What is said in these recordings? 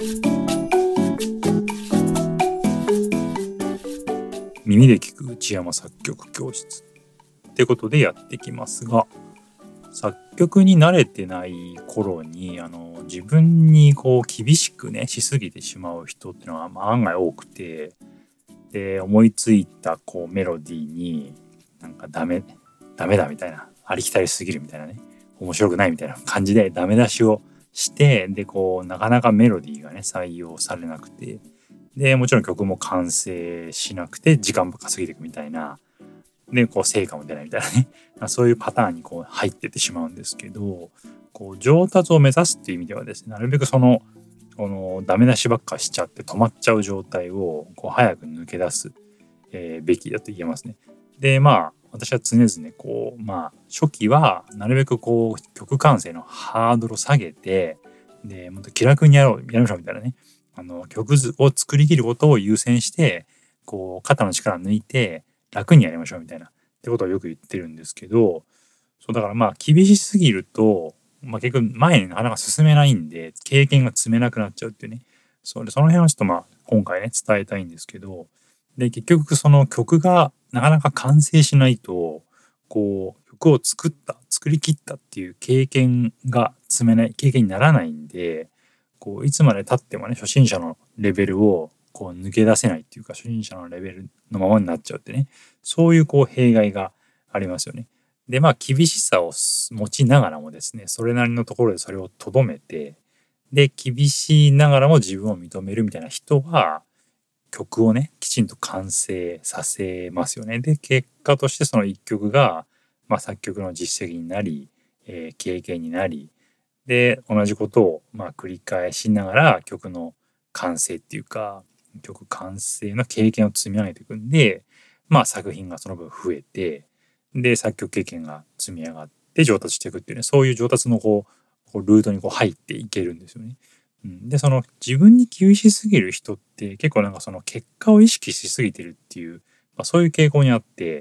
耳で聞く内山作曲教室ってことでやってきますが、作曲に慣れてない頃に自分にこう厳しくねしすぎてしまう人っていうのは案外多くて、で思いついたこうメロディーになんかダメだみたいな、ありきたりすぎるみたいなね、面白くないみたいな感じでダメ出しをして、でこうなかなかメロディーがね採用されなくて、でもちろん曲も完成しなくて時間ばっか過ぎていくみたいな、でこう成果も出ないみたいなねそういうパターンにこう入ってってしまうんですけど、こう上達を目指すっていう意味ではですね、なるべくこのダメ出しばっかしちゃって止まっちゃう状態をこう早く抜け出す、べきだと言えますね。で私は常々こう初期はなるべくこう曲完成のハードルを下げて、でもっと気楽にやりましょうみたいなね、曲を作り切ることを優先して、こう肩の力を抜いて楽にやりましょうみたいなってことをよく言ってるんですけど、そうだから厳しすぎると、結局前になかなか進めないんで経験が積めなくなっちゃうっていうね、その辺をちょっと今回ね伝えたいんですけど、で結局その曲がなかなか完成しないと、こう曲を作り切ったっていう経験が積めない経験にならないんで、こういつまで経ってもね初心者のレベルをこう抜け出せないっていうか、初心者のレベルのままになっちゃうってね、そういうこう弊害がありますよね。で厳しさを持ちながらもですね、それなりのところでそれをとどめて、で厳しいながらも自分を認めるみたいな人は曲をねきちんと完成させますよね。で結果としてその一曲が、作曲の実績になり、経験になり、で同じことを繰り返しながら曲の完成っていうか、曲完成の経験を積み上げていくんで、作品がその分増えて、で作曲経験が積み上がって上達していくっていうね、そういう上達のこうルートにこう入っていけるんですよね。でその自分に厳しすぎる人って結構なんかその結果を意識しすぎてるっていう、そういう傾向にあって、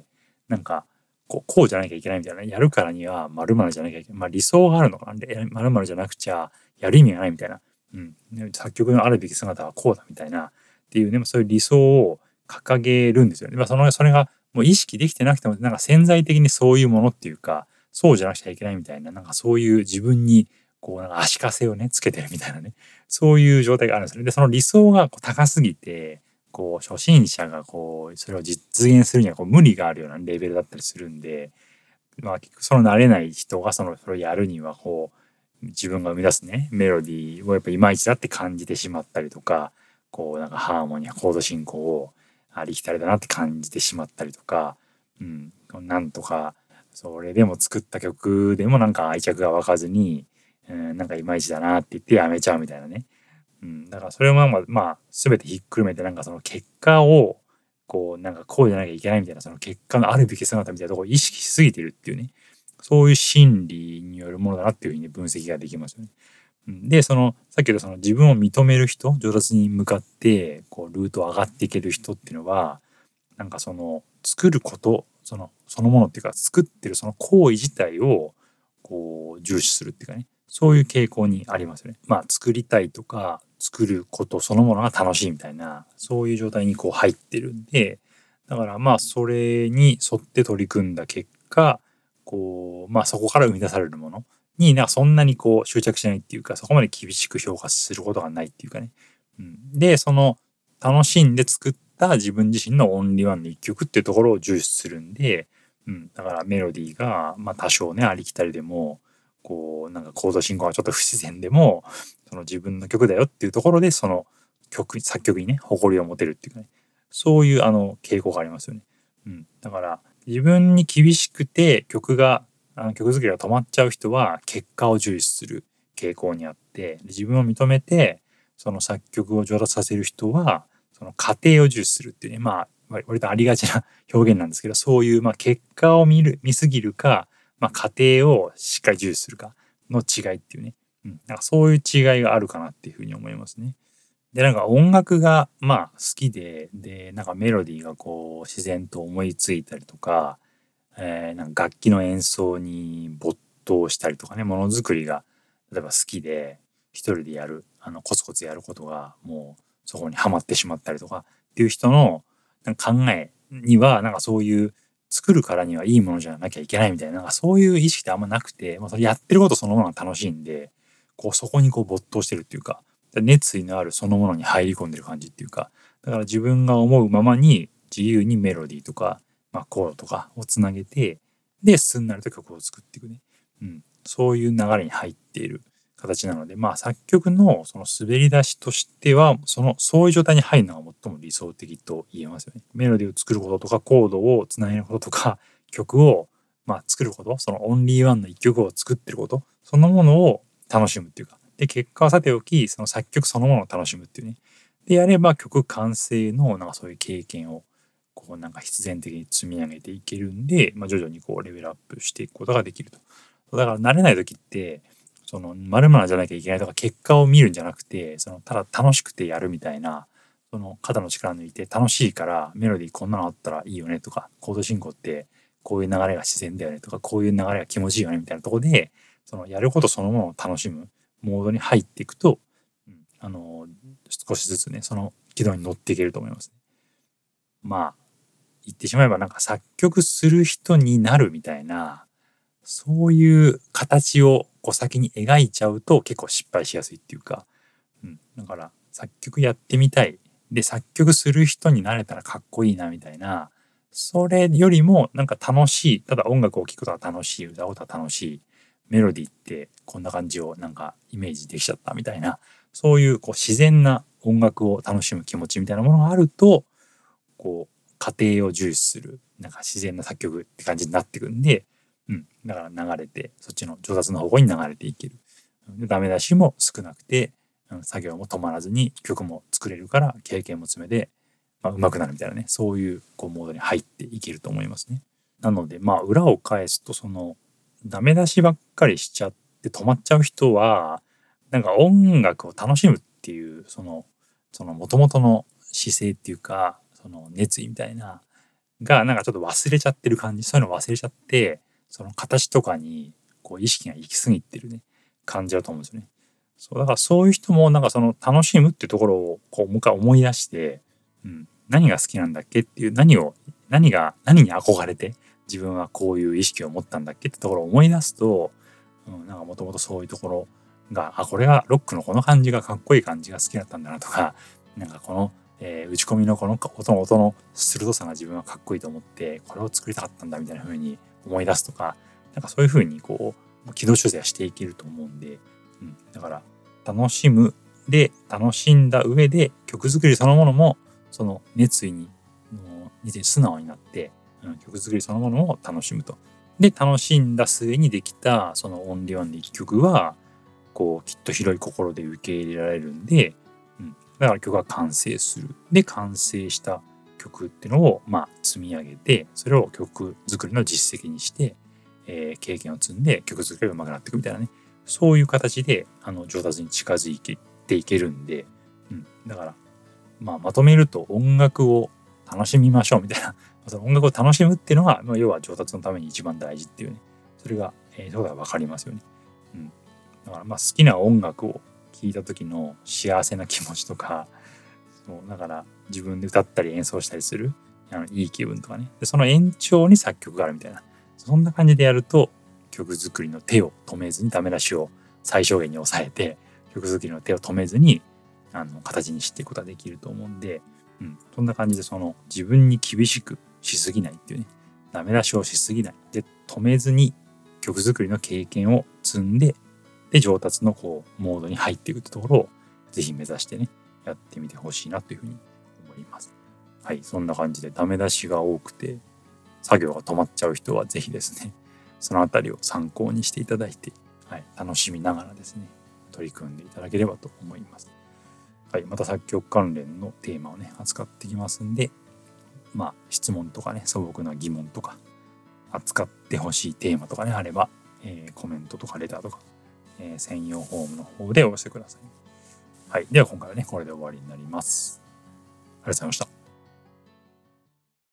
なんかこうじゃなきゃいけないみたいな、やるからには〇〇じゃなきゃいけない、理想があるのかな、で〇〇じゃなくちゃやる意味がないみたいな、作曲のあるべき姿はこうだみたいなっていうね、そういう理想を掲げるんですよね。それがもう意識できてなくてもなんか潜在的にそういうものっていうか、そうじゃなくちゃいけないみたいな、なんかそういう自分にこうなんか足かせをねつけてるみたいなね、そういう状態があるんですよね。でその理想が高すぎて、こう初心者がこうそれを実現するにはこう無理があるようなレベルだったりするんで、結局その慣れない人がそれをやるにはこう自分が生み出すねメロディーをやっぱいまいちだって感じてしまったりとか、こうなんかハーモニーコード進行をありきたりだなって感じてしまったりとか、なんとかそれでも作った曲でもなんか愛着が湧かずに、なんかいまいちだなって言ってやめちゃうみたいなね。だからそれを全てひっくるめて、なんかその結果をこうなんかこうじゃなきゃいけないみたいな、その結果のあるべき姿みたいなところを意識しすぎてるっていうね、そういう心理によるものだなっていうふうに分析ができますよね。でさっき言ったその自分を認める人、上達に向かってこうルートを上がっていける人っていうのは、なんかその作ることそのものっていうか、作ってるその行為自体をこう重視するっていうかね、そういう傾向にありますよね。作りたいとか作ることそのものが楽しいみたいな、そういう状態にこう入ってるんで、だからそれに沿って取り組んだ結果、こうそこから生み出されるものにそんなにこう執着しないっていうか、そこまで厳しく評価することがないっていうかね。でその楽しんで作った自分自身のオンリーワンの一曲っていうところを重視するんで、だからメロディーが多少ねありきたりでも、こうなんかコード進行がちょっと不自然でも、その自分の曲だよっていうところでその作曲にね誇りを持てるっていうかね、そういう傾向がありますよね。だから自分に厳しくて曲作りが止まっちゃう人は結果を重視する傾向にあって、自分を認めてその作曲を上達させる人はその過程を重視するっていうね、割とありがちな表現なんですけど、そういう結果を見すぎるか、過程をしっかり重視するかの違いっていうね、なんかそういう違いがあるかなっていうふうに思いますね。でなんか音楽が好きで、なんかメロディーがこう自然と思いついたりとか、なんか楽器の演奏に没頭したりとかね、ものづくりが例えば好きで、 一人でやるコツコツやることがもうそこにはまってしまったりとかっていう人のなんか考えにはなんかそういう作るからにはいいものじゃなきゃいけないみたいな、なんかそういう意識ってあんまなくて、それやってることそのものが楽しいんで、そこに没頭してるっていうか、熱意のあるそのものに入り込んでる感じっていうか、だから自分が思うままに自由にメロディーとか、コードとかをつなげて、で、すんなりと曲を作っていくね。そういう流れに入っている形なので、作曲のその滑り出しとしては、そういう状態に入るのが最も理想的と言えますよね。メロディーを作ることとか、コードをつなげることとか、曲を作ること、そのオンリーワンの一曲を作ってること、そのものを楽しむっていうか、で、結果はさておき、その作曲そのものを楽しむっていうね。で、やれば曲完成のなんかそういう経験をなんか必然的に積み上げていけるんで、徐々にレベルアップしていくことができると。だから慣れない時って、その〇〇じゃなきゃいけないとか結果を見るんじゃなくて、ただ楽しくてやるみたいな、その肩の力抜いて楽しいからメロディーこんなのあったらいいよねとか、コード進行ってこういう流れが自然だよねとか、こういう流れが気持ちいいよねみたいなところで、そのやることそのものを楽しむモードに入っていくと、少しずつね、その軌道に乗っていけると思います。言ってしまえばなんか作曲する人になるみたいな、そういう形を先に描いちゃうと結構失敗しやすいっていうか、だから作曲やってみたい。で、作曲する人になれたらかっこいいなみたいな、それよりもなんか楽しい、ただ音楽を聴くことが楽しい、歌うことが楽しい、メロディーってこんな感じをなんかイメージできちゃったみたいな、そういう自然な音楽を楽しむ気持ちみたいなものがあると、過程を重視するなんか自然な作曲って感じになってくんで、だから流れてそっちの上達の方向に流れていける。で、ダメ出しも少なくて、作業も止まらずに曲も作れるから経験も積めて、上手くなるみたいなね、そういうモードに入っていけると思いますね。なので裏を返すと、そのダメ出しばっかりしちゃって止まっちゃう人は、なんか音楽を楽しむっていうその元々の姿勢っていうか、その熱意みたいながなんかちょっと忘れちゃってる感じ、そういうの忘れちゃって、その形とかに意識が行き過ぎてるね感じだと思うんですよね。そうだからそういう人もなんかその楽しむっていうところをもう一回思い出して、何が好きなんだっけっていう、何に憧れて自分はこういう意識を持ったんだっけってところを思い出すと、なんかもともとそういうところが、これがロックのこの感じがかっこいい感じが好きだったんだなとか、なんかこの打ち込みのこの音の鋭さが自分はかっこいいと思ってこれを作りたかったんだみたいな風に思い出すとか、なんかそういう風に軌道修正はしていけると思うんで、だから楽しむで楽しんだ上で曲作りそのものもその熱意に素直になって、曲作りそのものを楽しむと。で、楽しんだ末にできたそのオンリーワンで一曲はきっと広い心で受け入れられるんで、だから曲が完成する。で、完成した曲っていうのを積み上げて、それを曲作りの実績にして、経験を積んで曲作りが上手くなっていくみたいなね、そういう形で上達に近づいていけるんで、だからまとめると音楽を楽しみましょうみたいなその音楽を楽しむっていうのが、要は上達のために一番大事っていうね、それが、そうが分かりますよね。だから好きな音楽を聴いた時の幸せな気持ちとか、そうだから自分で歌ったり演奏したりするいい気分とかね、でその延長に作曲があるみたいな、そんな感じでやると曲作りの手を止めずに、ダメ出しを最小限に抑えて曲作りの手を止めずに形にしていくことができると思うんで、そんな感じでその自分に厳しくしすぎないっていうね、ダメ出しをしすぎないで止めずに曲作りの経験を積んで、で上達のモードに入っていくってところをぜひ目指してねやってみてほしいなというふうに思います。はい、そんな感じでダメ出しが多くて作業が止まっちゃう人はぜひですね、そのあたりを参考にしていただいて、楽しみながらですね取り組んでいただければと思います。はい、また作曲関連のテーマをね扱ってきますんで、質問とかね、素朴な疑問とか扱ってほしいテーマとかねあれば、コメントとかレターとか、専用フォームの方でお寄せください。はい、では今回はねこれで終わりになります。ありがとうございました。